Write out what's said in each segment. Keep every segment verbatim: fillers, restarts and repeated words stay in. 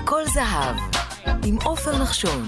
הכל זהב, עם עופר נחשון.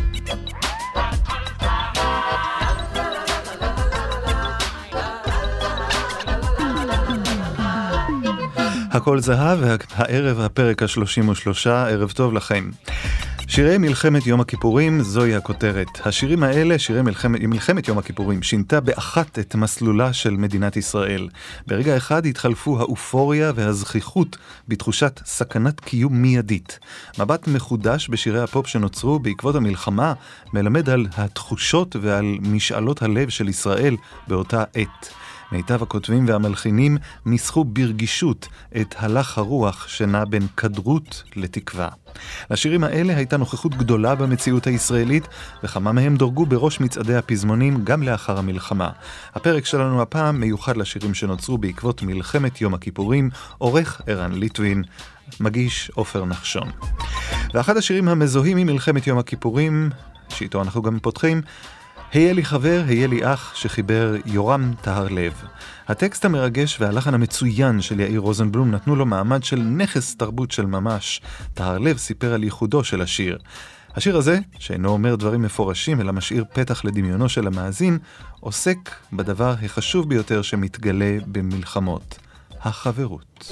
הכל זהב, הערב הפרק ה-שלושים ושלוש, ערב טוב לכם. שירי מלחמת יום הכיפורים, זוהי הכותרת. השירים האלה, שירי מלחמת, מלחמת יום הכיפורים, שינתה באחת את מסלולה של מדינת ישראל. ברגע אחד התחלפו האופוריה והזכיחות בתחושת סכנת קיום מיידית. מבט מחודש בשירי הפופ שנוצרו בעקבות המלחמה, מלמד על התחושות ועל משאלות הלב של ישראל באותה עת. מיטב הכותבים והמלחינים ניסחו ברגישות את הלך הרוח שנע בין כדרות לתקווה. לשירים האלה הייתה נוכחות גדולה במציאות הישראלית, וכמה מהם דורגו בראש מצעדי הפזמונים גם לאחר המלחמה. הפרק שלנו הפעם מיוחד לשירים שנוצרו בעקבות מלחמת יום הכיפורים, עורך ערן ליטווין, מגיש עופר נחשון. ואחד השירים המזוהים ממלחמת יום הכיפורים, שאיתו אנחנו גם פותחים, היה לי חבר, היה לי אח, שחיבר יורם טהר לב. הטקסט המרגש והלחן המצוין של יאיר רוזנבלום נתנו לו מעמד של נכס תרבות של ממש. טהר לב סיפר על ייחודו של השיר. השיר הזה, שאינו אומר דברים מפורשים אלא משאיר פתח לדמיונו של המאזין, עוסק בדבר החשוב ביותר שמתגלה במלחמות, החברות.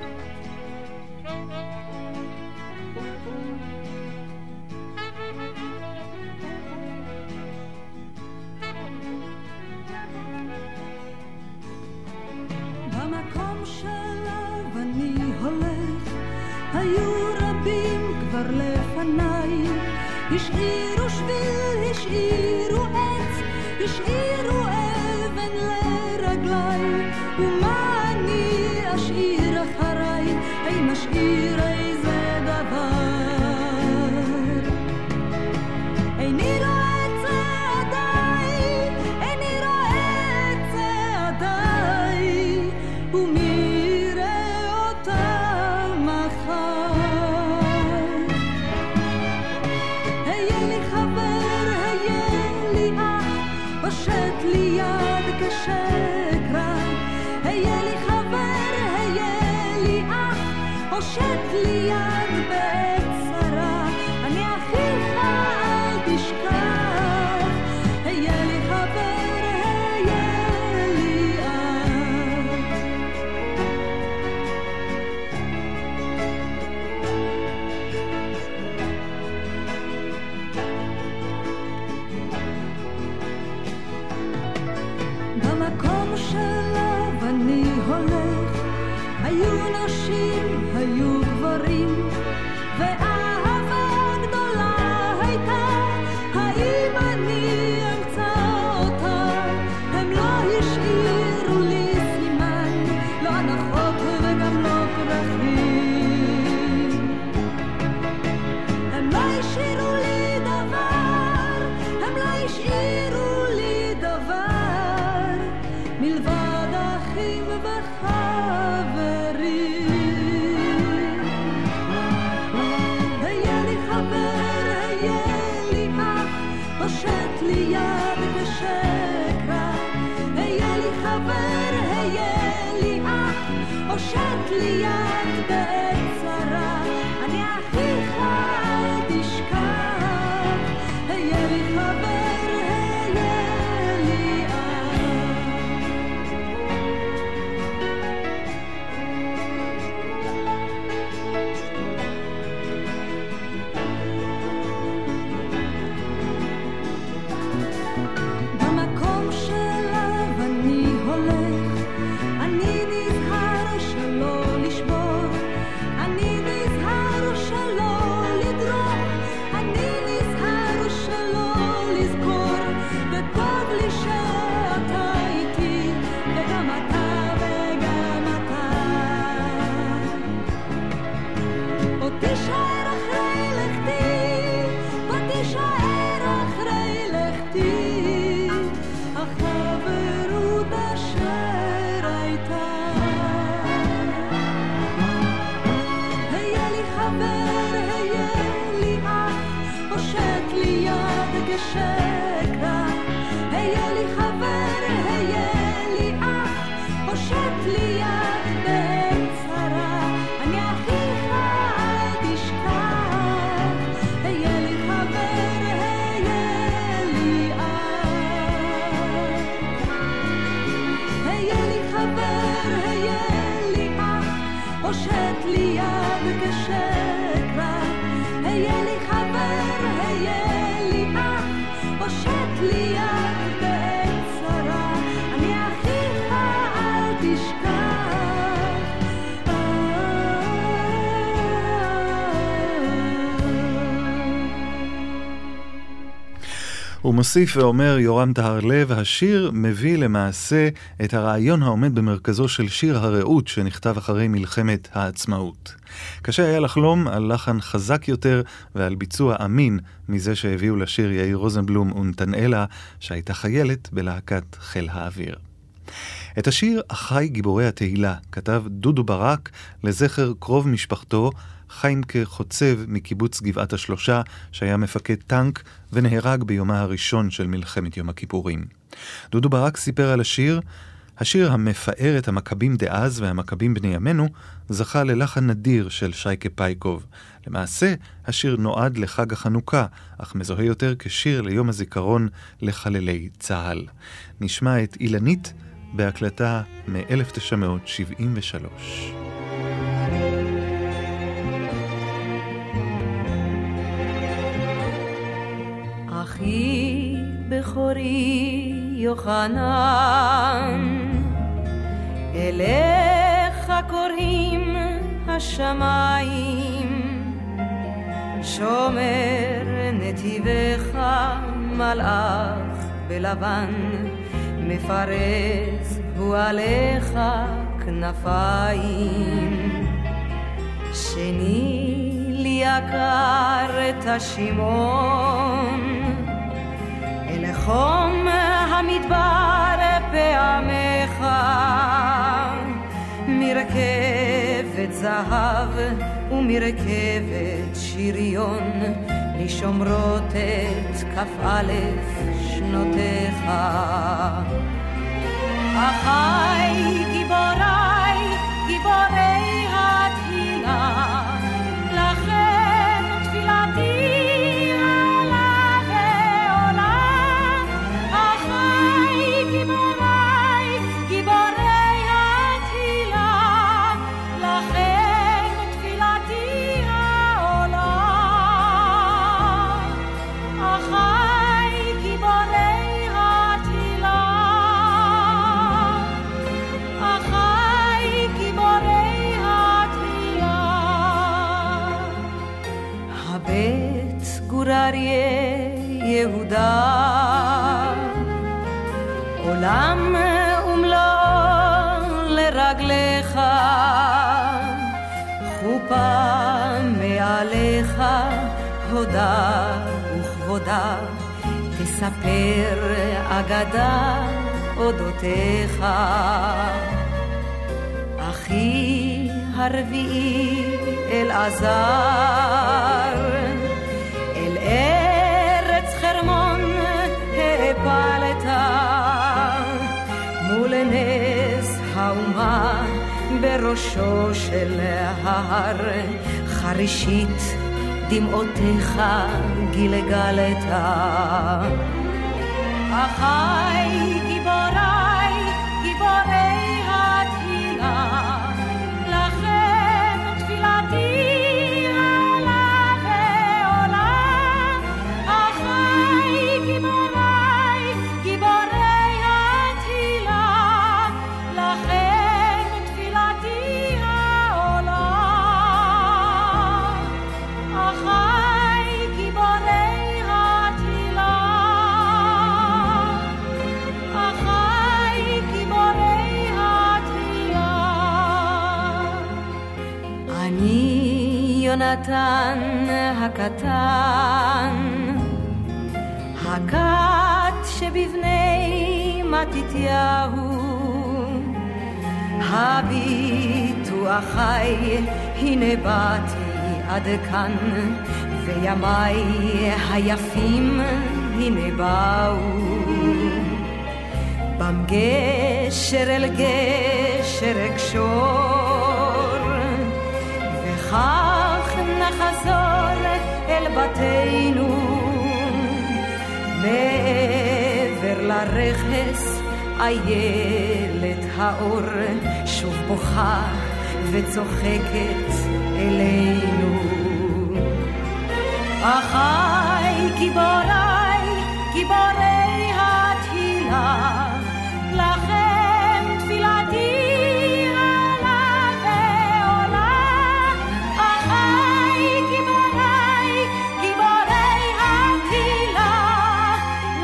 היו רבים כבר לפניי, השאירו שביל, השאירו עץ, השאירו אבן לרגליי, ומה אני אשאיר אחריי, אין משאיר איזה דבר. איני רואה את צעדיי, איני רואה את צעדיי, ומי פושט לי יד כשקרה, היה לי חבר, היה לי אח, פושט לי יד בצרה, אני אחיך אל תשכח, היה לי חבר, היה לי אח. במקום שלו אני הולך, היו נשים, היו גברים, ואהבה גדולה הייתה, האם אני אמצא אותה? הם לא השאירו לי סימן, לא הנחות וגם לא פרחים. הם לא השאירו לי דבר, הם לא השאירו לי דבר, מלבד אחים וחברים. היה לי חבר, היה לי אח, פושט לי יד כשקרה, היה לי חבר, היה לי אח, פושט לי יד בצרה, אני אחיך אל תשכח, היה לי חבר, היה לי אח. במקום שלו אני הולך, אני נזהר שלא לשבור, הוא מוסיף ואומר יורם טהרלב, השיר מביא למעשה את הרעיון העומד במרכזו של שיר הרעות שנכתב אחרי מלחמת העצמאות. קשה היה לחלום על לחן חזק יותר ועל ביצוע אמין מזה שהביאו לשיר יאיר רוזנבלום ונתנאלה, שהייתה חיילת בלהקת חיל האוויר. את השיר אחי גיבורי התהילה כתב דודו ברק לזכר קרוב משפחתו חיימקה חוצב מקיבוץ גבעת השלושה, שהיה מפקד טנק ונהרג ביומה הראשון של מלחמת יום הכיפורים. דודו ברק סיפר על השיר, השיר המפאר את המכבים דאז והמכבים בני ימינו זכה ללחן נדיר של שייקה פייקוב. למעשה, השיר נועד לחג החנוכה, אך מזוהה יותר כשיר ליום הזיכרון לחללי צה"ל. נשמע את אילנית בהקלטה מ-אלף תשע מאות שבעים ושלוש. אחי בכורי יוחנן, אליך קוראים השמיים, שומר נתיבך מלאך בלבן, מפרס הוא עליך כנפיים. שני לי יקר את השימון, אל חום המדבר פעמך, מרכבת זהב ומרכבת שריון, לשומרות את כף א' שנותיך. אחי גיבורי, גיבורי התהילה, לכם תפילתי עלה ועולה. אחי גיבורי, גיבורי התהילה, לכם תפילתי העולה. אחי גיבורי התהילה, אחי גיבורי התהילה. הבית גור אריה יהודה, עולם ומלואו לרגליך, חופה מעליך, הודה וכבודה, תספר אגדה אודותיך. אחי הרביעי אלעזר, אל ארץ חרמון העפלת, מול נס האומה בראשו של ההר, חרישית דמעותיך גלגלת. אחי גיבורי, גיבורי התהילה, לכם תפילתי עלה ועולה. אחי גיבורי, גיבורי התהילה, לכם תפילתי העולה. אחי גיבורי התהילה, אחי גיבורי התהילה. אני יונתן הקטן, הכת שבבני מתתיהו, הביטו אחי, הנה באתי עד כאן, וימיי היפים הנה באו. בם גשר אל גשר אקשור, וכך נחזור אל בתינו, מעבר לרכס איילת האור, שוב בוכה וצוחקת אלינו. אחי גיבורי, גיבורי התהילה, לכם תפילתי עלה ועולה. אחי גיבורי, גיבורי התהילה,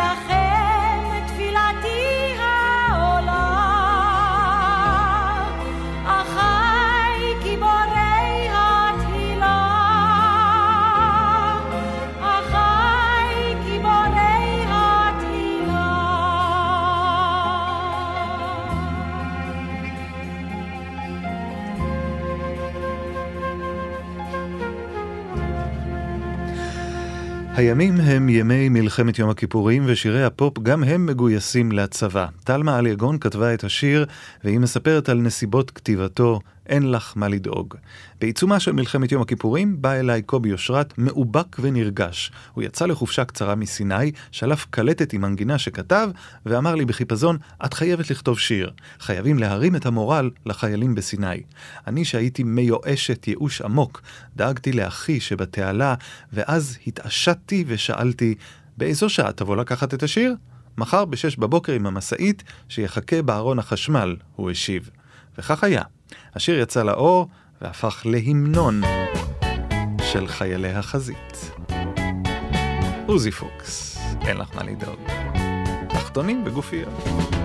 הימים הם ימי מלחמת יום הכיפורים, ושירי הפופ גם הם מגויסים לצבא. תלמה אליגון כתבה את השיר, והיא מספרת על נסיבות כתיבתו, אין לך מה לדאוג. בעיצומה של מלחמת יום הכיפורים, בא אליי קובי אושרת מאובק ונרגש. הוא יצא לחופשה קצרה מסיני, שלף קלטת עם מנגינה שכתב, ואמר לי בחיפזון, את חייבת לכתוב שיר. חייבים להרים את המורל לחיילים בסיני. אני שהייתי מיואשת ייאוש עמוק, דאגתי לאחי שבתעלה, ואז התעשתתי ושאלתי, באיזו שעה תבוא לקחת את השיר? מחר בשש בבוקר עם המסעית שיחכה בארון החשמל, הוא השיב. וכך היה. השיר יצא לאור והפך להמנון של חיילי החזית. עוזי פוקס, אין לך מה לדאוג. תחתונים בגופיות.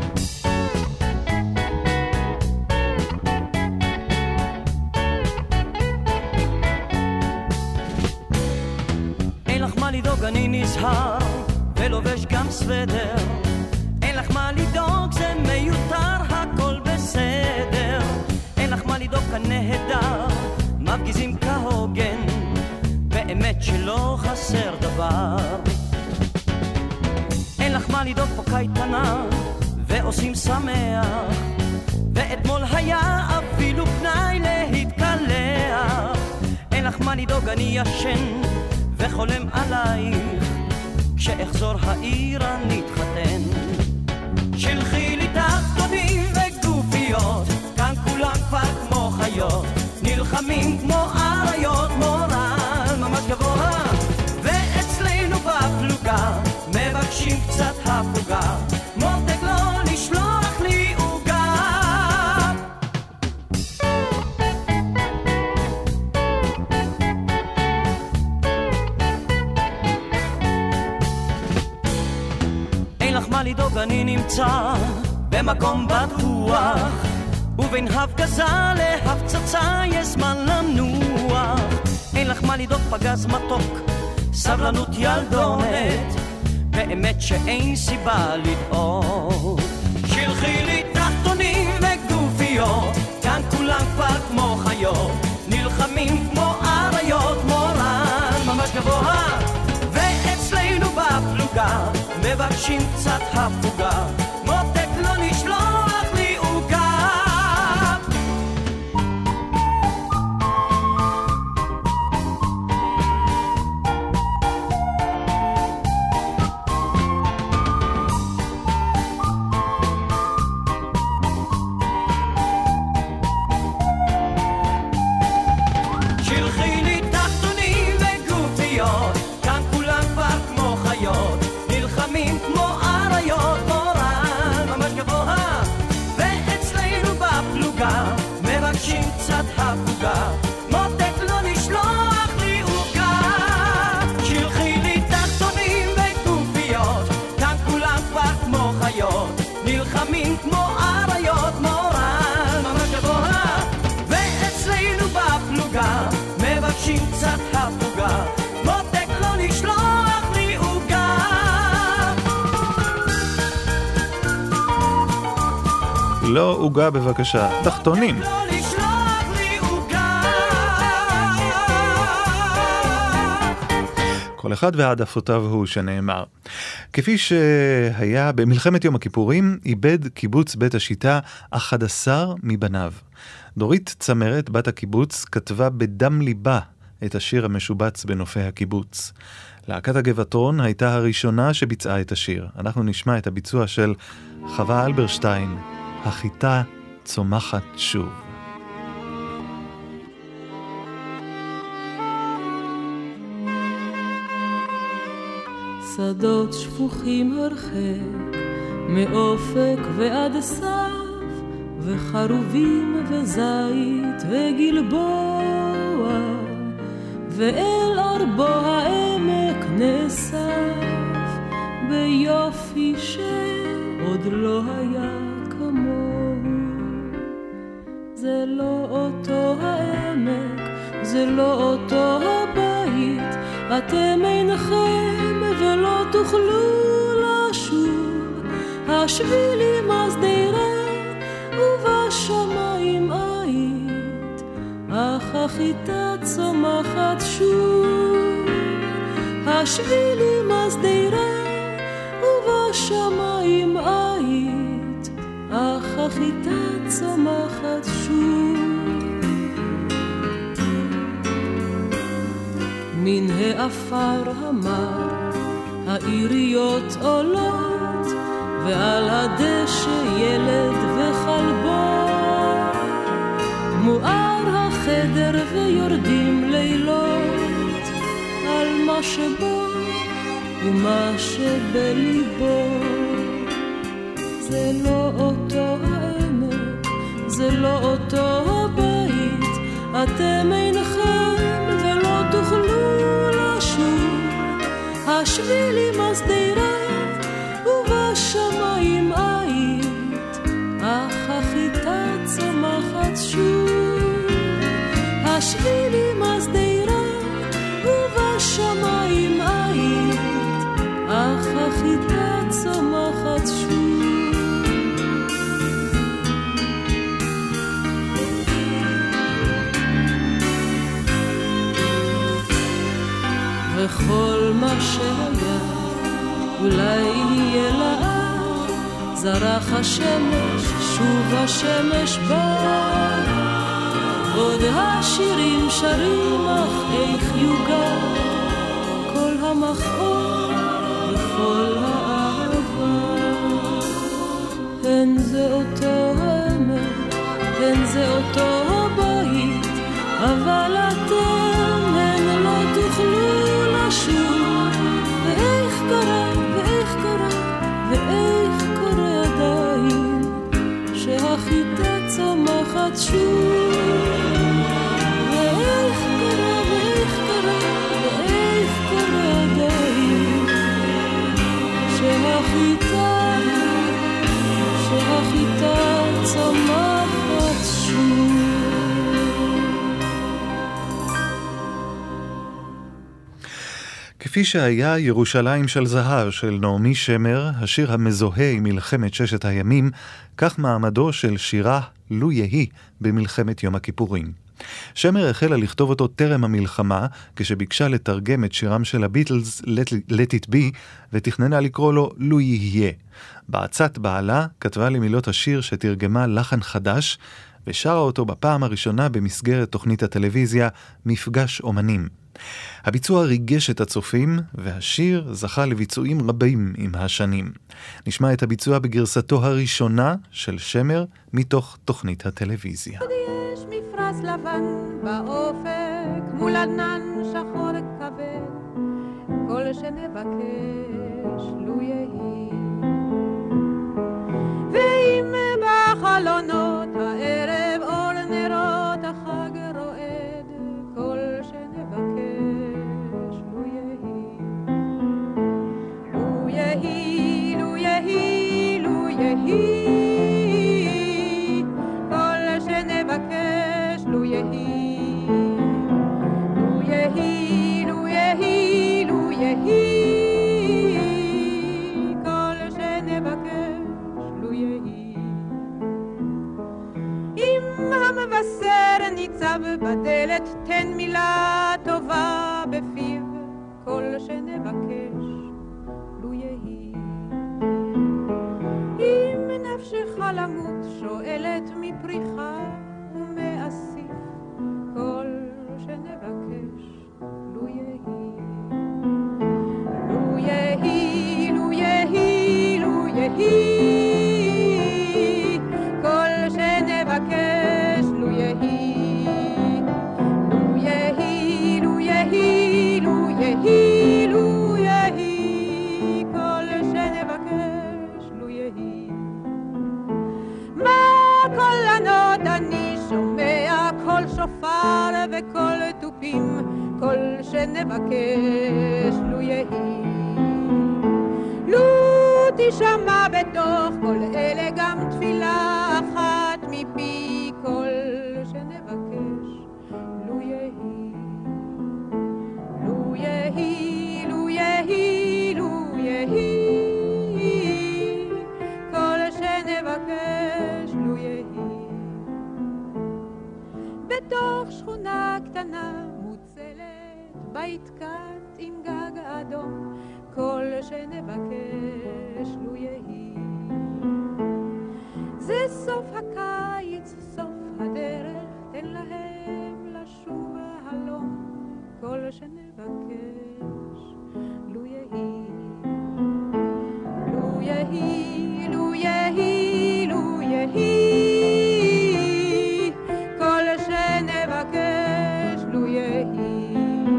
אין לך מה לדאוג, אני נזהר ולובש גם סוודר. אין לך מה לדאוג, זה מיותר, הכל בסדר. אין לך מה לדאוג, כאן נהדר, מפגיזים כהוגן, באמת שלא חסר דבר. אין לך מה לדאוג, פה קייטנה ועושים שמח, ואתמול היה אפילו פנאי להתקלח. אין לך מה לדאוג, אני ישן וחולם עלייך, כשאחזור העיר אני אתחתן. שלחי לי תחתונים וגופיות, כאן כולם כבר כמו חיות, נלחמים כמו אריות, מורל ממש גבוה, ואצלנו בפלוגה מבקשים קצת הפוגה, מותק לא לשלוח לי עוגה. אין לך מה לדאוג, אני נמצא במקום בטוח, ובין הפגזה להפצצה יש זמן לנוח. אין לך מה לדאוג, פגז מתוק, סבלנות ילדונת, באמת שאין סיבה לדאוג. שלחי לי תחתונים וגופיות, כאן כולם כבר כמו חיות, נלחמים כמו אריות, מורל ממש גבוה, ואצלנו בפלוגה מבקשים קצת הפוגה, מותק לא לשלוח לי עוגה. שלחי לי תחתונים וגופיות, כאן כולם כבר כמו חיות, נלחמים כמו אריות, מורל ממש גבוה, ואצלנו בפלוגה מבקשים קצת הפוגה, מותק לא לשלוח לי עוגה. שלחי לי תחתונים וגופיות, כאן כולם כבר כמו חיות, נלחמים כמו אריות, מורל ממש גבוה, ואצלנו בפלוגה מבקשים קצת הפוגה, מותק לא לשלוח לי עוגה. לא עוגה בבקשה, תחתונים. לא לשלוח לי עוגה. כל אחד והעדפותיו הוא שנאמר. כפי שהיה במלחמת יום הכיפורים, איבד קיבוץ בית השיטה אחד עשר מבניו. דורית צמרת, בת הקיבוץ, כתבה בדם ליבה את השיר המשובץ בנופי הקיבוץ. להקת הגבעתרון הייתה הראשונה שביצעה את השיר. אנחנו נשמע את הביצוע של חווה אלברשטיין, החיטה צומחת שוב. שדות שפוכים הרחק מאופק ועד סף, וחרובים וזית וגלבוע, ואל ארבו העמק נאסף ביופי שעוד לא היה כמוהו. זה לא אותו העמק, זה לא אותו הבית, אתם אינכם ולא תוכלו לשוב. השבילים השדרה ובשמיים היית, אך החיטה צומחת שוב. השבילי מסדירה ובשמיים עית, אך החיטה צומחת שוב. מן האפר המר העיריות עולות, ועל הדשא ילד וחלבו, מואר החדר ויורדים לילות על מה שבו ומה שבליבו. זה לא אותו העמק, זה לא אותו הבית, אתם אינכם ולא תוכלו לשוב. השבילי מסדירה ובשמיים עית, אך החיטה צומחת שוב. השבילי מסדירה ובשמיים עית, אך החיטה צומחת שוב. וכל מה שהיה אולי יהיה לאט, זרח השמש, שוב השמש בא. עוד השירים שרים, אך איך יוגע כל המחור וכל האהבה. הן זה אותו העמק, הן זה אותו הבית, אבל אתם הן לא תוכלו לשוב. ואיך קרה, ואיך קרה, ואיך קורה עדיין שהחיטה צומחת שוב. ואיך קרה, ואיך קרה, ואיך קורה עדיין שהחיטה, שהחיטה צומחת שוב. כפי שהיה ירושלים של זהב של נעמי שמר, השיר המזוהה עם מלחמת ששת הימים, כך מעמדו של שירה לו יהי במלחמת יום הכיפורים. שמר החלה לכתוב אותו טרם המלחמה, כשביקשה לתרגם את שירם של הביטלס Let It Be, ותכננה לקרוא לו לו יהיה. בעצת בעלה כתבה למילות השיר שתרגמה לחן חדש, ושרה אותו בפעם הראשונה במסגרת תוכנית הטלוויזיה מפגש אומנים. הביצוע ריגש את הצופים, והשיר זכה לביצועים רבים עם השנים. נשמע את הביצוע בגרסתו הראשונה של שמר מתוך תוכנית הטלוויזיה. יש מפרש לבן באופק מול ענן שחור כבד, כל שנבקש לו יהי. ואם בחלונות הערב אור נרות החג רועד, כל שנבקש לו יהי. לו יהי, לו יהי, לו יהי, כל שנבקש לו יהי. לו יהי, לו יהי, לו יהי, כל שנבקש לו יהי. אם המבשר ניצב בדלת, תן מילה טובה בפיו, כל שנבקש לו יהי. אם נפשך למות שואלת מפריחה ומאסיף, כל שנבקש לו יהי. לו יהי, לו יהי, לו יהי, כל שנבקש לו יהי. לו יהי, לו יהי, לו יהי, לו יהי, כל שנבקש לו יהי. מה קולנות אני שומע, קול שופר וקול תופים, כל שנבקש לו יהי. לו תשמע בתוך כל אלה גם תפילה אחת מפי, כל שנבקש לו יהי. לו יהי, לו יהי, לו יהי, כל שנבקש לו יהי. בתוך שכונה קטנה מוצלת, בית קט עם גג אדום, כל שנבקש לו יהי. זה סוף הקיץ, סוף הדרך, תן להם לשוב הלום, כל שנבקש לו יהי. לו יהי, לו יהי, לו יהי, כל שנבקש לו יהי.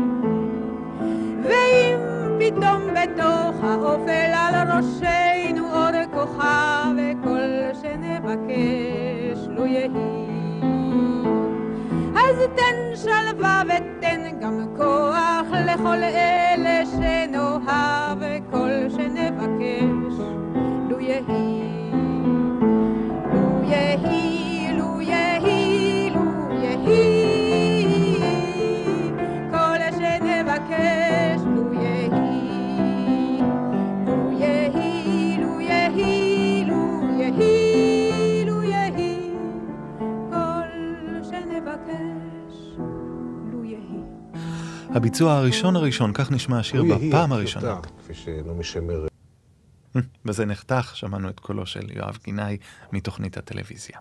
ואם פתאום בתוך האופל על ראשנו אור כוכב, וכל שנבקש לו יהי, אז תן שלווה ותן גם כוח לכל אלה שנאהב, וכל שנבקש לו יהי. לו יהי, לו יהי, לו יהי, כל שנבקש לו יהי. לו יהי, לו יהי, לו יהי, לו יהי, כל שנבקש לו יהי. הביצוע הראשון הראשון, כך נשמע השיר בפעם הראשונה. כפי שנעמי שמר. וזה נחתך, שמענו את קולו של יואב גינאי מתוכנית הטלוויזיה.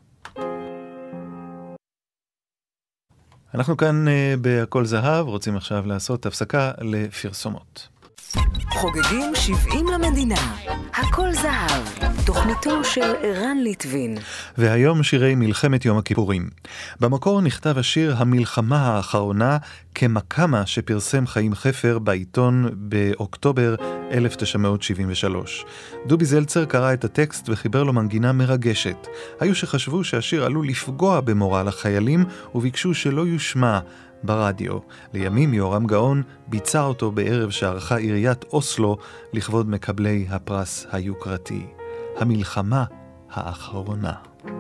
אנחנו כאן בהכל זהב, רוצים עכשיו לעשות הפסקה לפרסומות. חוגגים שבעים למדינה, הכל זהב, תוכניתו של ערן ליטבין. והיום שירי מלחמת יום הכיפורים. במקור נכתב השיר המלחמה האחרונה כמקמה שפרסם חיים חפר בעיתון באוקטובר אלף תשע מאות שבעים ושלוש. דובי זלצר קרא את הטקסט וחיבר לו מנגינה מרגשת. היו שחשבו שהשיר עלול לפגוע במורל החיילים וביקשו שלא יושמע ברדיו. לימים יורם גאון ביצע אותו בערב שערכה עיריית אוסלו לכבוד מקבלי הפרס היוקרתי. המלחמה האחרונה.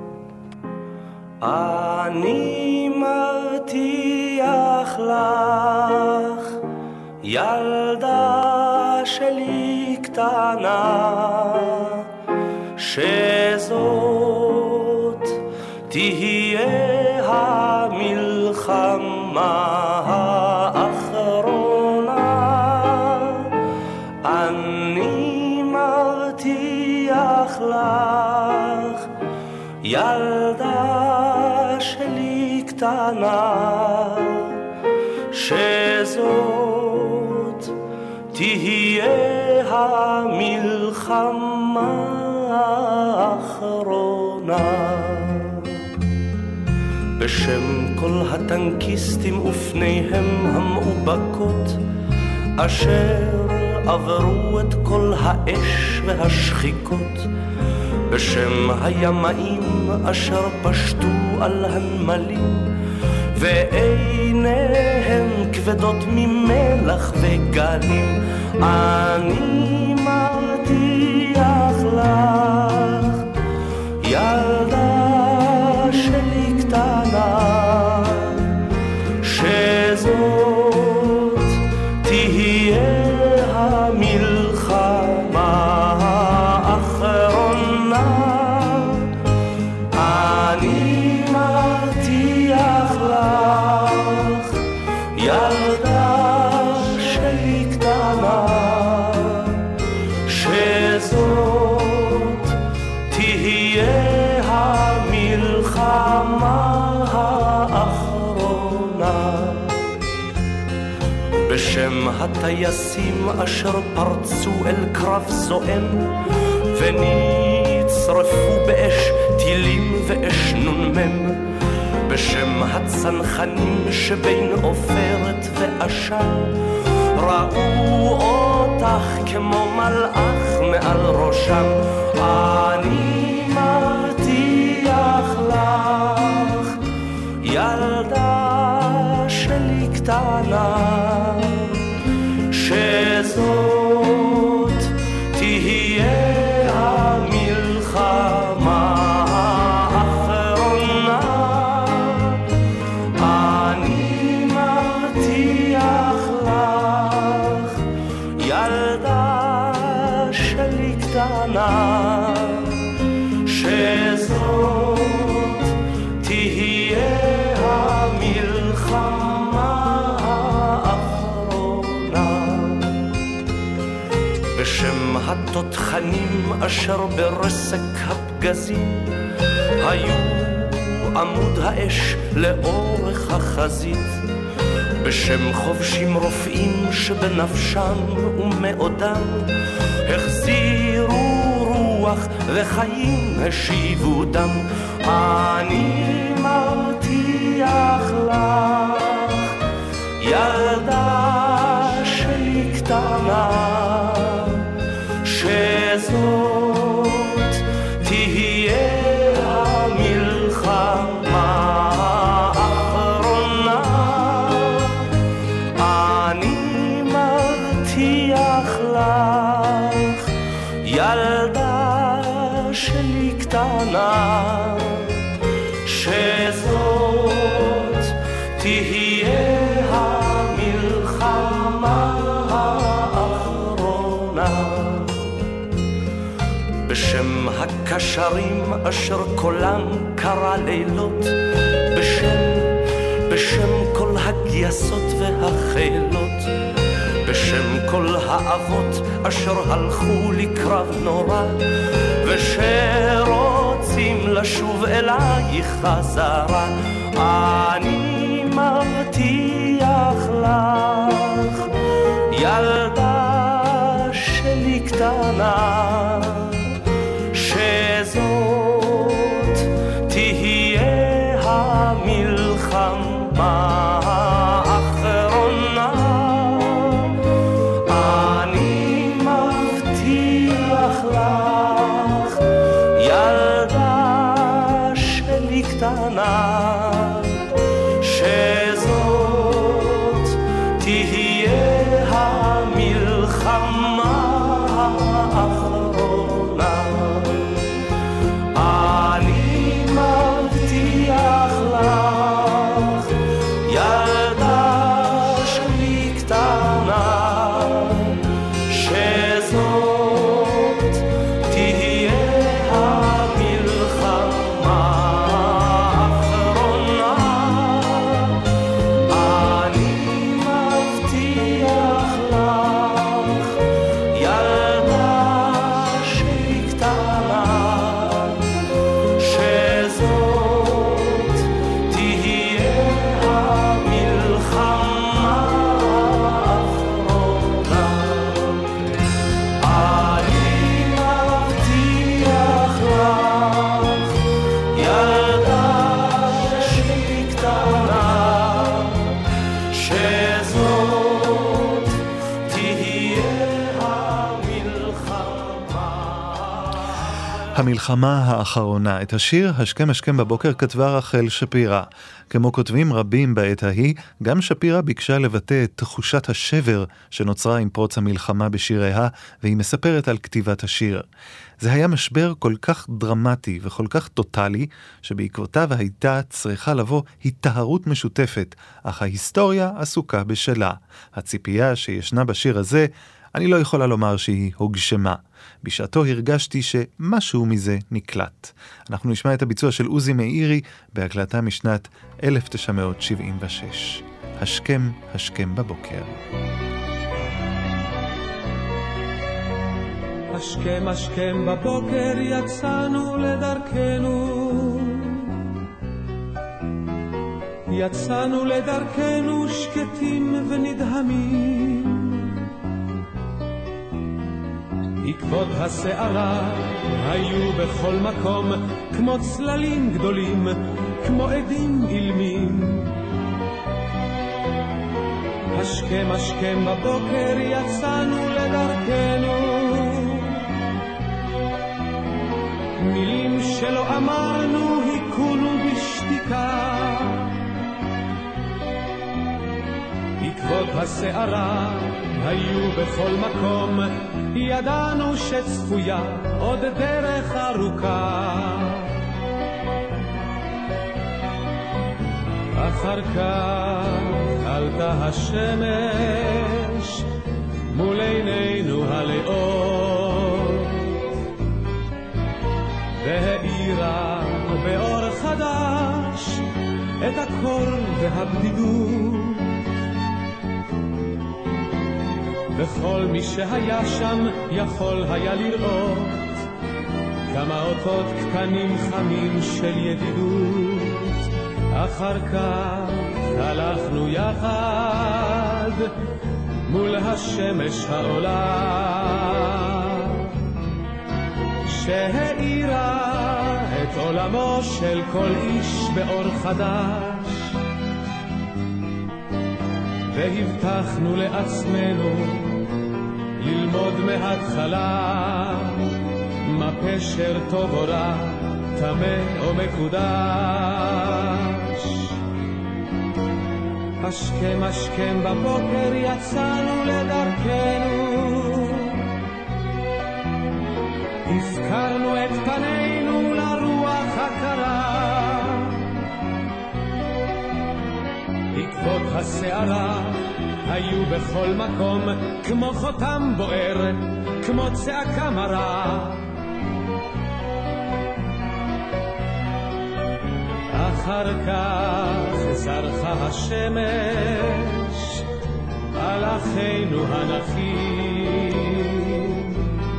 אני מבטיח לך, ילדה שלי קטנה, שזאת תהיה המלחמה האחרונה. אני מבטיח לך, ילדה שלי קטנה, שזאת תהיה המלחמה האחרונה. בשם כל הטנקיסטים ופניהם המאובקות, אשר עברו את כל האש והשחיקות, בשם הימאים אשר פשטו על הנמלים, ועיניהם כבדות ממלח וגלים, אני מבטיח לך, ילדה שלי קטנה, שזאת תהיה המלחמה האחרונה. אני מבטיח לך, ילדה שלי קטנה, שזאת תהיה המלחמה האחרונה. בשם הטייסים אשר פרצו אל קרב זועם, ונצרפו באש טילים ואש נונמם, בשם הצנחנים שבין עופרת ועשן, ראו אותך כמו מלאך מעל ראשם. אני מבטיח לך, ילדה שלי קטנה, שזאת תהיה המלחמה האחרונה. אני מבטיח לך, ילדה שלי קטנה, התותחנים אשר ברסק הפגזים היו עמוד האש לאורך החזית, בשם חובשים רופאים שבנפשם ומאודם החזירו רוח וחיים השיבו דם. אני מבטיח לך ילדה שלי קטנה שזאת תהיה המלחמה האחרונה. אני מבטיח לך ילדה שלי קטנה שזאת תהיה המלחמה האחרונה. בשם הקשרים אשר קולם קרא לילות, בשם, בשם כל הגייסות והחילות, בשם כל האבות אשר הלכו לקרב נורא ושרוצים לשוב אלייך חזרה. אני מבטיח לך ילדה שלי קטנה שזאת תהיה המלחמה האחרונה. אני מבטיח לך ילדה שלי קטנה שזאת תהיה המלחמה האחרונה. אני מבטיח לך ילדה שלי קטנה שזאת תהיה המלחמה האחרונה. אני מבטיח לך ילדה שלי קטנה שזאת תהיה המלחמה האחרונה. אני מבטיח לך ילדה שלי קטנה שזאת תהיה המלחמה. המלחמה האחרונה. את השיר השכם השכם בבוקר כתבה רחל שפירא. כמו כותבים רבים בעת ההיא, גם שפירא ביקשה לבטא את תחושת השבר שנוצרה עם פרוץ המלחמה בשיריה, והיא מספרת על כתיבת השיר. זה היה משבר כל כך דרמטי וכל כך טוטלי, שבעקבותיו הייתה צריכה לבוא התאהרות משותפת, אך ההיסטוריה עסוקה בשלה. הציפייה שישנה בשיר הזה, אני לא יכולה לומר שהיא הוגשמה. בשעתו הרגשתי שמשהו מזה נקלט. אנחנו נשמע את הביצוע של עוזי מאירי בהקלטה משנת אלף תשע מאות שבעים ושש. השכם השכם בבוקר. השכם השכם בבוקר יצאנו לדרכנו, יצאנו לדרכנו שקטים ונדהמים, עקבות הסערה היו בכל מקום כמו צללים גדולים, כמו עדים אילמים. השכם השכם בבוקר יצאנו לדרכנו, מילים שלא אמרנו היכונו בשתיקה, עקבות הסערה היו בכל מקום, ידענו שצפויה עוד דרך ארוכה. אחר כך עלתה השמש מול עינינו הלאות, והאירה באור חדש את הכל והבדידות, וכל מי שהיה שם יכול היה לראות כמה אותות קטנים חמים של ידידות. אחר כך הלכנו יחד מול השמש העולה שהאירה את עולמו של כל איש באור חדש, והבטחנו לעצמנו ללמוד מההתחלה מה פשר טוב או רע, טמא או מקודש. השכם השכם בבוקר יצאנו לדרכנו, הפקרנו את פנינו לרוח הקרה, עקבות השערה היו בכל מקום כמו חותם בוער, כמו צעקה מרה. אחר כך זרחה השמש על אחינו הנחים,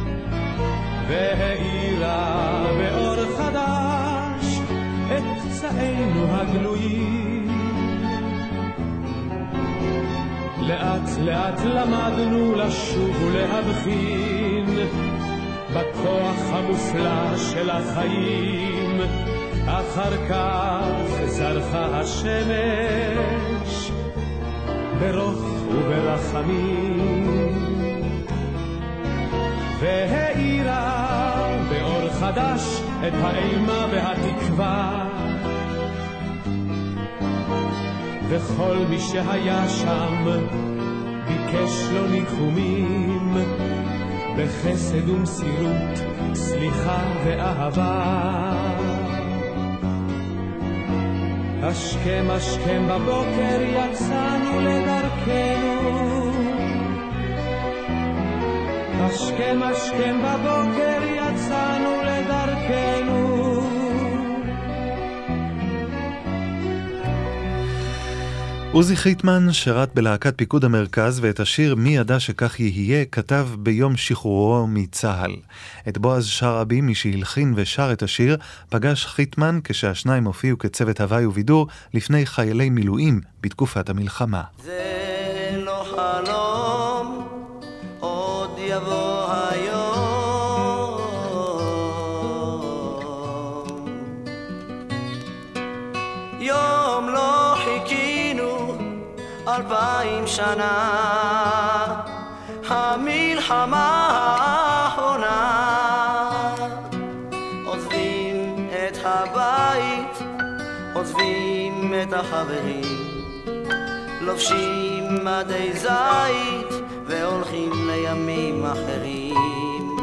והאירה באור חדש את פצעינו הגלויים. לאט לאט למדנו לשוב ולהבחין בכוח המופלא של החיים. אחר כך זרחה השמש ברוך וברחמים, והאירה באור חדש את האימה והתקווה. וכל מי שהיה שם ביקש לו ניחומים בחסד ומסירות, סליחה ואהבה. השכם השכם בבוקר יצאנו לדרכנו, השכם השכם בבוקר יצאנו לדרכנו. עוזי חיטמן שרת בלהקת פיקוד המרכז, ואת השיר מי ידע שכך יהיה כתב ביום שחרורו מצה"ל. את בועז שרעבי, מי שהלחין ושר את השיר, פגש חיטמן כשהשניים הופיעו כצוות הוואי ובידור לפני חיילי מילואים בתקופת המלחמה. זה לא חלום, עוד יבוא היום, יום לא חיכינו אלפיים שנה, המלחמה האחרונה. עוזבים את הבית, עוזבים את החברים, לובשים מדי זית והולכים לימים אחרים.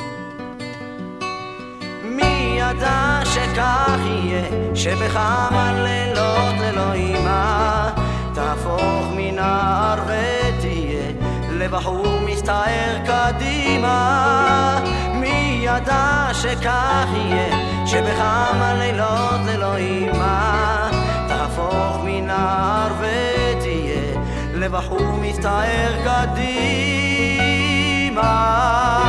מי ידע שכך יהיה, שבכמה לילות ללא אימה תהפוך מנער ותהיה לבחור מסתער קדימה. מי ידע שכך יהיה, שבכמה לילות ללא אימה תהפוך מנער ותהיה לבחור מסתער קדימה.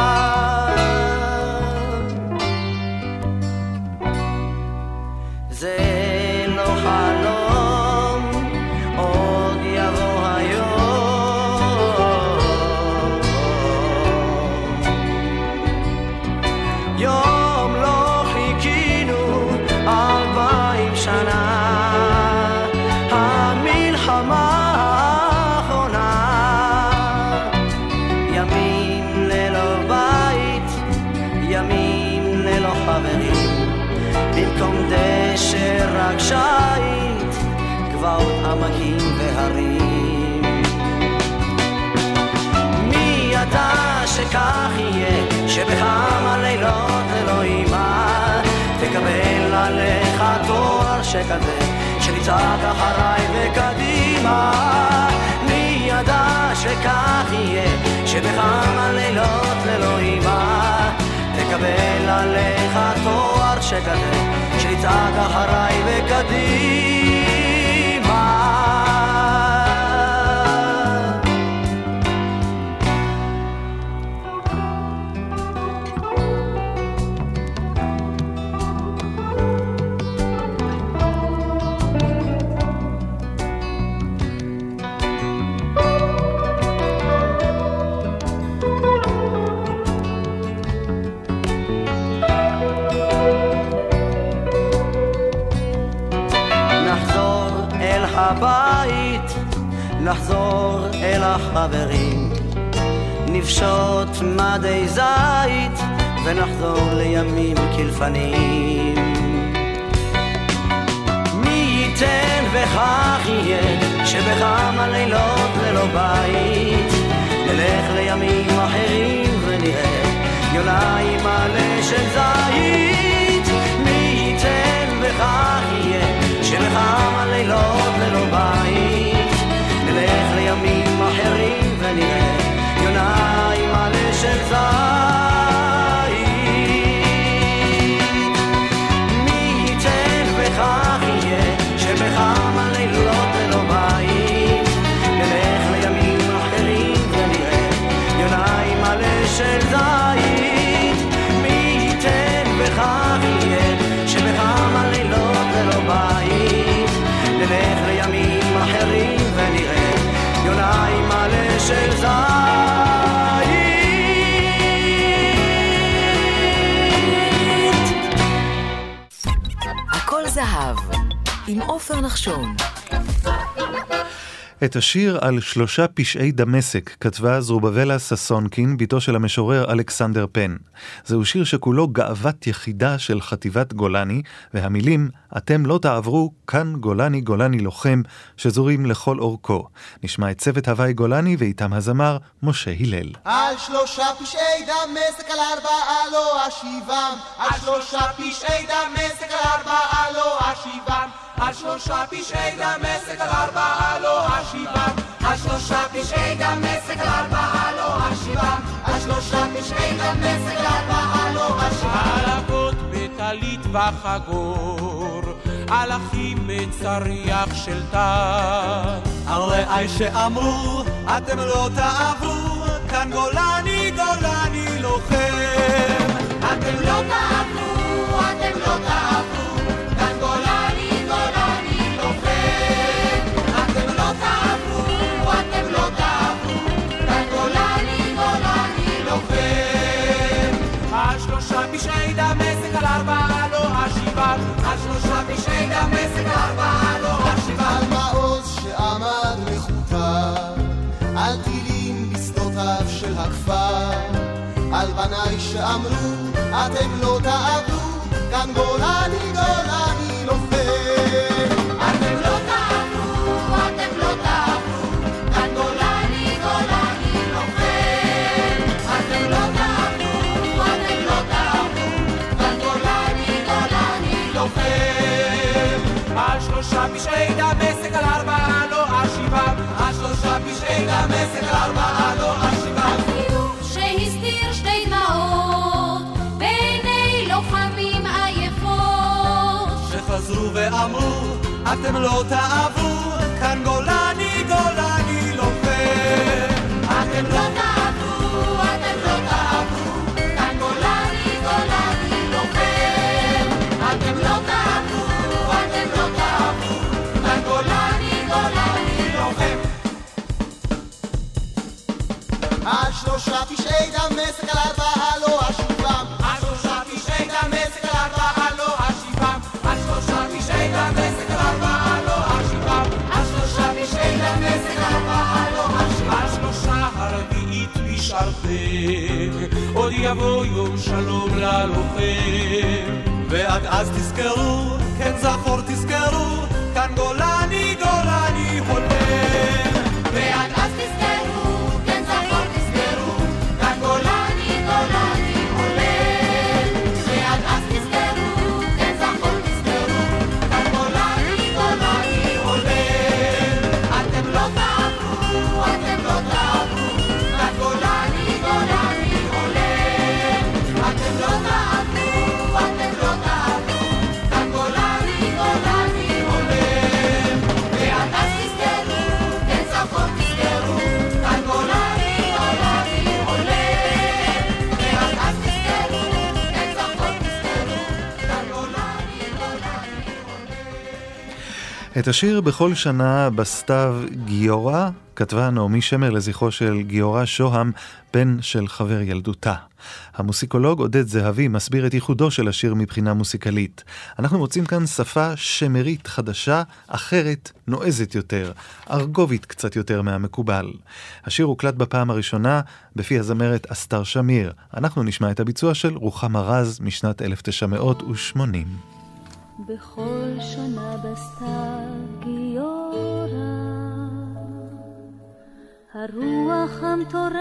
זה לא חלום, עוד יבוא היום, יום לא חיכינו אלפיים שנה, המלחמה האחרונה. ימים ללא בית, ימים ללא חברים, במקום דשא רק שייט, גבעות עמקים והרים. מי ידע שכך יהיה, שבכמה לילות ללא אימה תקבל עליך תואר שכזה, שתצעק אחריי וקדימה. מי ידע שכך יהיה, שבכמה לילות ללא אימה תקבל עליך תואר שכזה, שתצעק אחריי וקדימה. הבית, נחזור אל החברים, נפשוט מדי זית ונחזור לימים כלפנים. מי ייתן וכך יהיה שבכמה לילות ללא בית נלך לימים אחרים ונראה יוניים מלא של זית. מי ייתן וכך יהיה שבכמה לילות ללא בית נלך לימים אחרים ונראה יוניים מלא של זית. מי ייתן וכך יהיה שבכמה לילות ללא בית נלך לימים אחרים ונראה יוניים מלא של זית. מי ייתן וכך יהיה שבכמה לילות ללא בית נלך לימים אחרים ונראה יוניים מלא של זית. הכל זהב עם עופר נחשון. את השיר על שלושה פשעי דמשק כתבה זרובבלה ססונקין, ביתו של המשורר אלכסנדר פן. זהו שיר שכולו גאוות יחידה של חטיבת גולני, והמילים אתם לא תעברו, כאן גולני גולני לוחם, שזורים לכל אורכו. נשמע את צוות הוואי גולני ואיתם הזמר משה הלל. על שלושה פשעי דמשק על ארבעה לא אשיבם, על שלושה פשעי דמשק על ארבעה לא אשיבם, על שלושה פשעי דמשק על ארבעה לא אשיבם, על שלושה פשעי דמשק על ארבעה לא אשיבם, על שלושה פשעי דמשק על ארבעה לא אשיבם. על אבות בטלית וחגור, על אחים בצריח של תא, על רעי שאמרו אתם לא תעברו, כאן גולני גולני לוחם. אתם לא תעברו, אתם לא תעברו, כאן גולני גולני לוחם. אתם לא תעברו, אתם לא תעברו, כאן גולני גולני לוחם. על שלושה פשעי דמשק על ארבעה לא אשיבם, על שלושה פשעי דמשק על ארבעה לא אשיבם. על מעוז שעמד מחוטר, על טילים בשדותיו של הכפר, על בניי שאמרו אתם לא תעברו, כאן גולני גולני לוחם. אתם לא תעברו, אתם לא תעברו, כאן גולני גולני לוחם. אתם לא תעברו, אתם לא תעברו, כאן גולני גולני לוחם. על שלושה פשעי דמשק על ארבעה לא אשיבם, על שלושה פשעי דמשק על ארבעה לא אשיבם. שהסתיר שתי דמעות בעיני לוחמים עייפות, שחזרו ואמרו אתם לא תעברו, כאן גולני גולני לוחם. אתם לא תעברו, אתם לא תעברו, כאן גולני גולני לוחם. אתם לא תעברו, אתם לא תעברו, כאן גולני גולני לוחם. על שלושה פשעי דמשק על ארבעה לא אשיבם, על שלושה פשעי דמשק על ארבעה לא אשיבם, על שלושה פשעי דמשק על ארבעה לא אשיבם, על שלושה פשעי דמשק על ארבעה לא אשיבם. על שלושה הרביעית נשארתם, עוד יבוא יום שלום ללוחם. ועד אז תזכרו, כן זכור תזכרו, כאן גולני גולני חולם. ועד אז תזכרו, כן זכור תזכרו, כאן גולני גולני עולה. ועד אז תזכרו, כן זכור תזכרו, כאן גולני גולני עולה. אתם לא תעברו, אתם לא תעברו, כאן גולני גולני עולה. אתם לא תעברו, אתם לא תעברו, כאן גולני גולני עולה. ועד אז תזכרו, כן זכור תזכרו, כאן גולני גולני עולה. ועד אז תזכרו, כן זכור תזכרו, כאן גולני גולני עולה. את השיר בכל שנה בסתיו גיורא כתבה נעמי שמר לזכרו של גיורא שוהם, בן של חבר ילדותה. המוסיקולוג עודד זהבי מסביר את ייחודו של השיר מבחינה מוסיקלית. אנחנו מוצאים כאן שפה שמרית חדשה, אחרת, נועזת יותר, ארגובית קצת יותר מהמקובל. השיר הוקלט בפעם הראשונה בפי הזמרת אסתר שמיר. אנחנו נשמע את הביצוע של רוחמה רז משנת אלף תשע מאות ושמונים. בכל שנה בסתיו גיורא הרוח המטורפת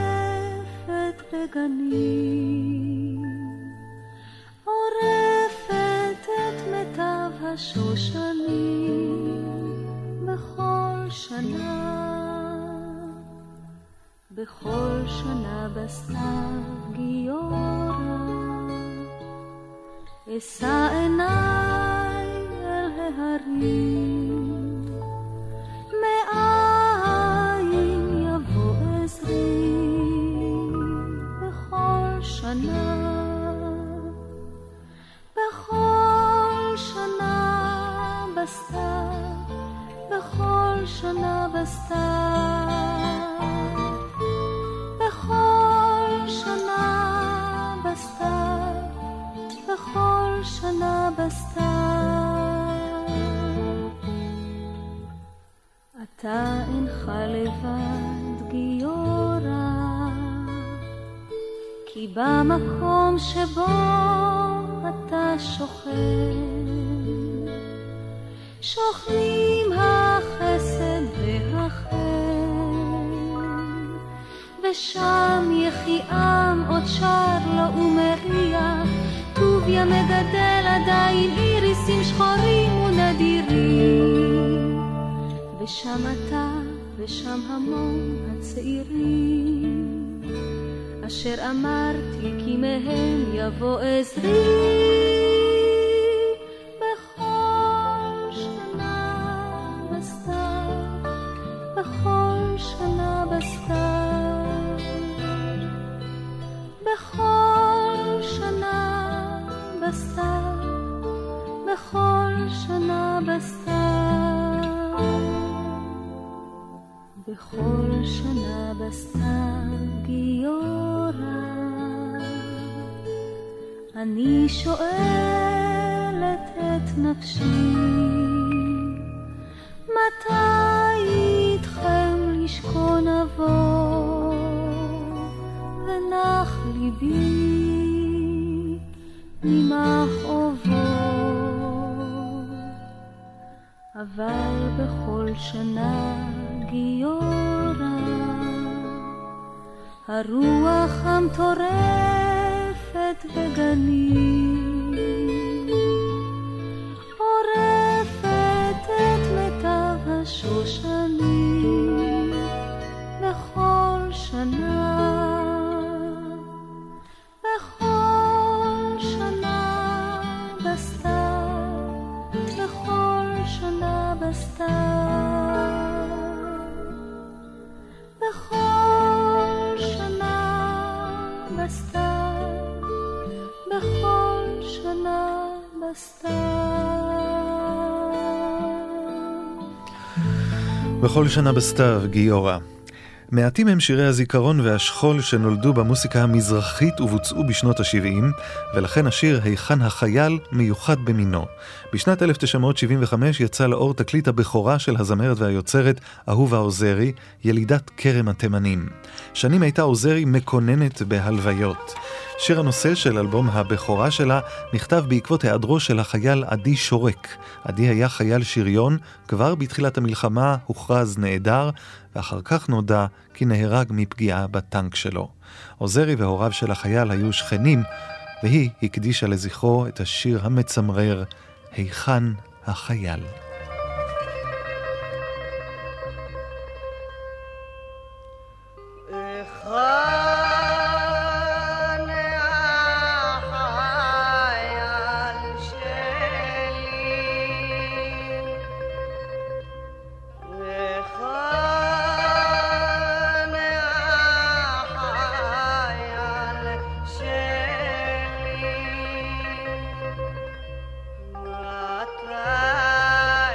בגנים עורפת את מיטב השושנים בכל שנה בכל שנה בסתיו גיורא אשא עיניי אל ההרים מאין יבוא עזרי בכל שנה בכל שנה בסתיו בכל שנה בסתיו בכל שנה בסתיו בכל שנה בסתיו אתה אינך לבד גיורא כי במקום שבו אתה שוכן שוכנים החסד והחן ושם יחיעם עוד שר לו ומריח טוביה מגדל עדיין איריסים שחורים ונדירים ושם אתה ושם המון הצעירים אשר אמרתי כי מהם יבוא עזרי בכל שנה בסתיו בכל שנה בסתיו בכל שנה בסתיו בכל שנה בסתיו בכל שנה בסתיו גיורא אני שואלת את נפשי מתי איתכם לשכון אבוא ונח ליבי ממך עובור אבל בכל שנה גיורא הרוח המטורפת בגנים עורפת את מיטב השושנים בכל שנה בכל שנה בסתיו בכל שנה בסתיו בכל שנה בסתיו בכל שנה בסתיו בכל שנה בסתיו גיורא. מעטים הם שירי הזיכרון והשכול שנולדו במוסיקה המזרחית ובוצעו בשנות ה-שבעים, ולכן השיר היכן החייל מיוחד במינו. בשנת אלף תשע מאות שבעים וחמש יצא לאור תקליט הבכורה של הזמרת והיוצרת אהובה עוזרי, ילידת כרם התימנים. שנים הייתה עוזרי מקוננת בהלוויות. שיר הנושא של אלבום הבכורה שלה נכתב בעקבות היעדרו של החייל עדי שורק. עדי היה חייל שריון, כבר בתחילת המלחמה הוכרז נעדר, ואחר כך נודע כי נהרג מפגיעה בטנק שלו. עוזרי והוריו של החייל היו שכנים, והיא הקדישה לזכרו את השיר המצמרר, היכן החייל. Ah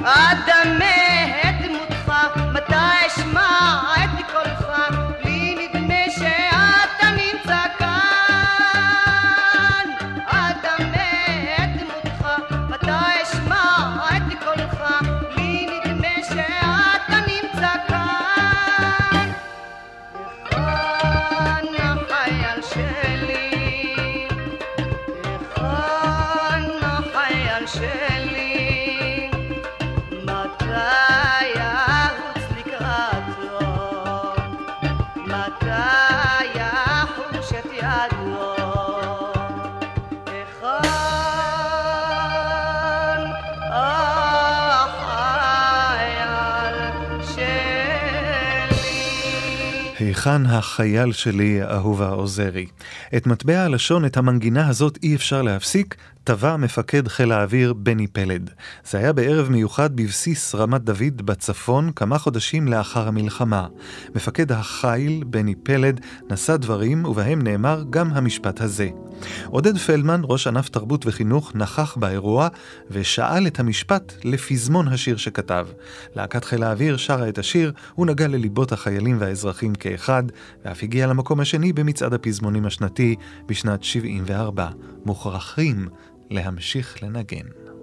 אדמה את דמותך, מתי אשמע את קולך, לי נדמה שאתה נמצא כאן. אדמה את דמותך, מתי אשמע את קולך, לי נדמה שאתה נמצא כאן. היכן החייל שלי, היכן החייל שלי, מתי יחוץ לקראתו, מתי יחוש את ידו, היכן החייל שלי. היכן החייל שלי, אהובה עוזרי. את מטבע הלשון, את המנגינה הזאת אי אפשר להפסיק, טבע מפקד חיל האוויר בני פלד. זה היה בערב מיוחד בבסיס רמת דוד בצפון, כמה חודשים לאחר המלחמה. מפקד החיל בני פלד נשא דברים, ובהם נאמר גם המשפט הזה. עודד פלדמן, ראש ענף תרבות וחינוך, נכח באירוע ושאל את המשפט לפזמון השיר שכתב. להקת חיל האוויר שרה את השיר, הוא נגע לליבות החיילים והאזרחים כאחד, ואף הגיע למקום השני במצעד הפזמונים השנתי בשנת שבעים וארבע. מוכרחים להמשיך לנגן.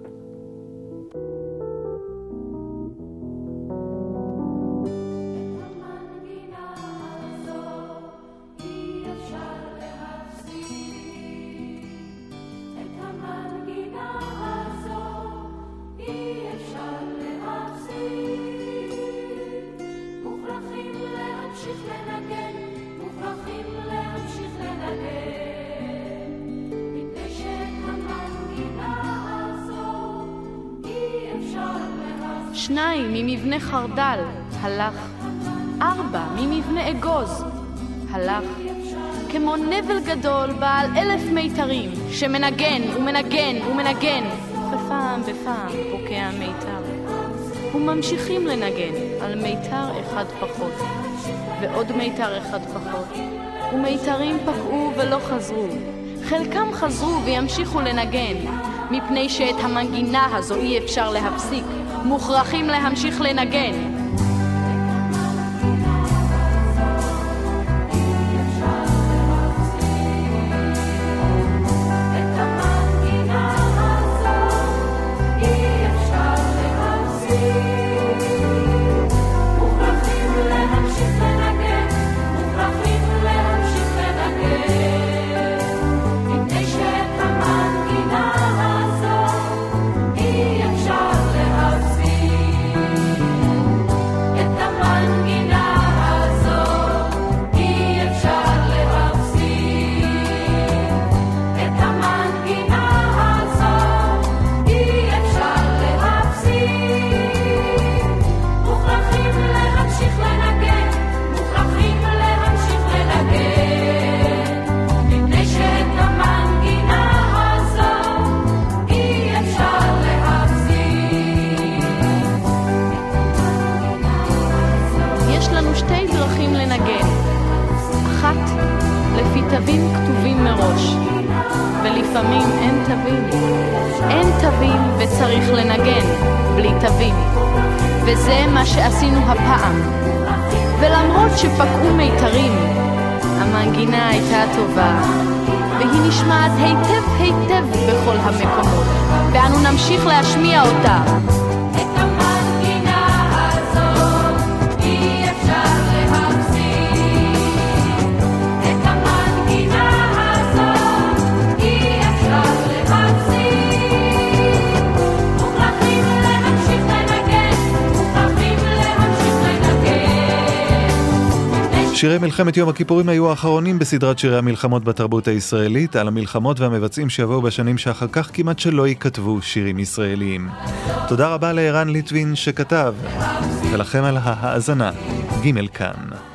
שניים ממבנה חרדל, הלך. ארבע ממבנה אגוז, הלך. כמו נבל גדול בעל אלף מיתרים, שמנגן ומנגן ומנגן, ופעם בפעם פוקע מיתר. וממשיכים לנגן על מיתר אחד פחות, ועוד מיתר אחד פחות. ומיתרים פקעו ולא חזרו. חלקם חזרו וימשיכו לנגן, מפני שאת המנגינה הזו אי אפשר להפסיק. מוכרחים להמשיך לנגן. תווים כתובים מראש, ולפעמים אין תווים. אין תווים וצריך לנגן בלי תווים. וזה מה שעשינו הפעם. ולמרות שפקעו מיתרים, המנגינה הייתה טובה, והיא נשמעת היטב היטב בכל המקומות, ואנו נמשיך להשמיע אותה. שירי מלחמת יום הכיפורים היו האחרונים בסדרת שירי המלחמות בתרבות הישראלית, על המלחמות והמבצעים שיבואו בשנים שאחר כך כמעט שלא ייכתבו שירים ישראליים. תודה רבה לערן ליטווין שכתב, ולכם על ההאזנה. ג' כאן.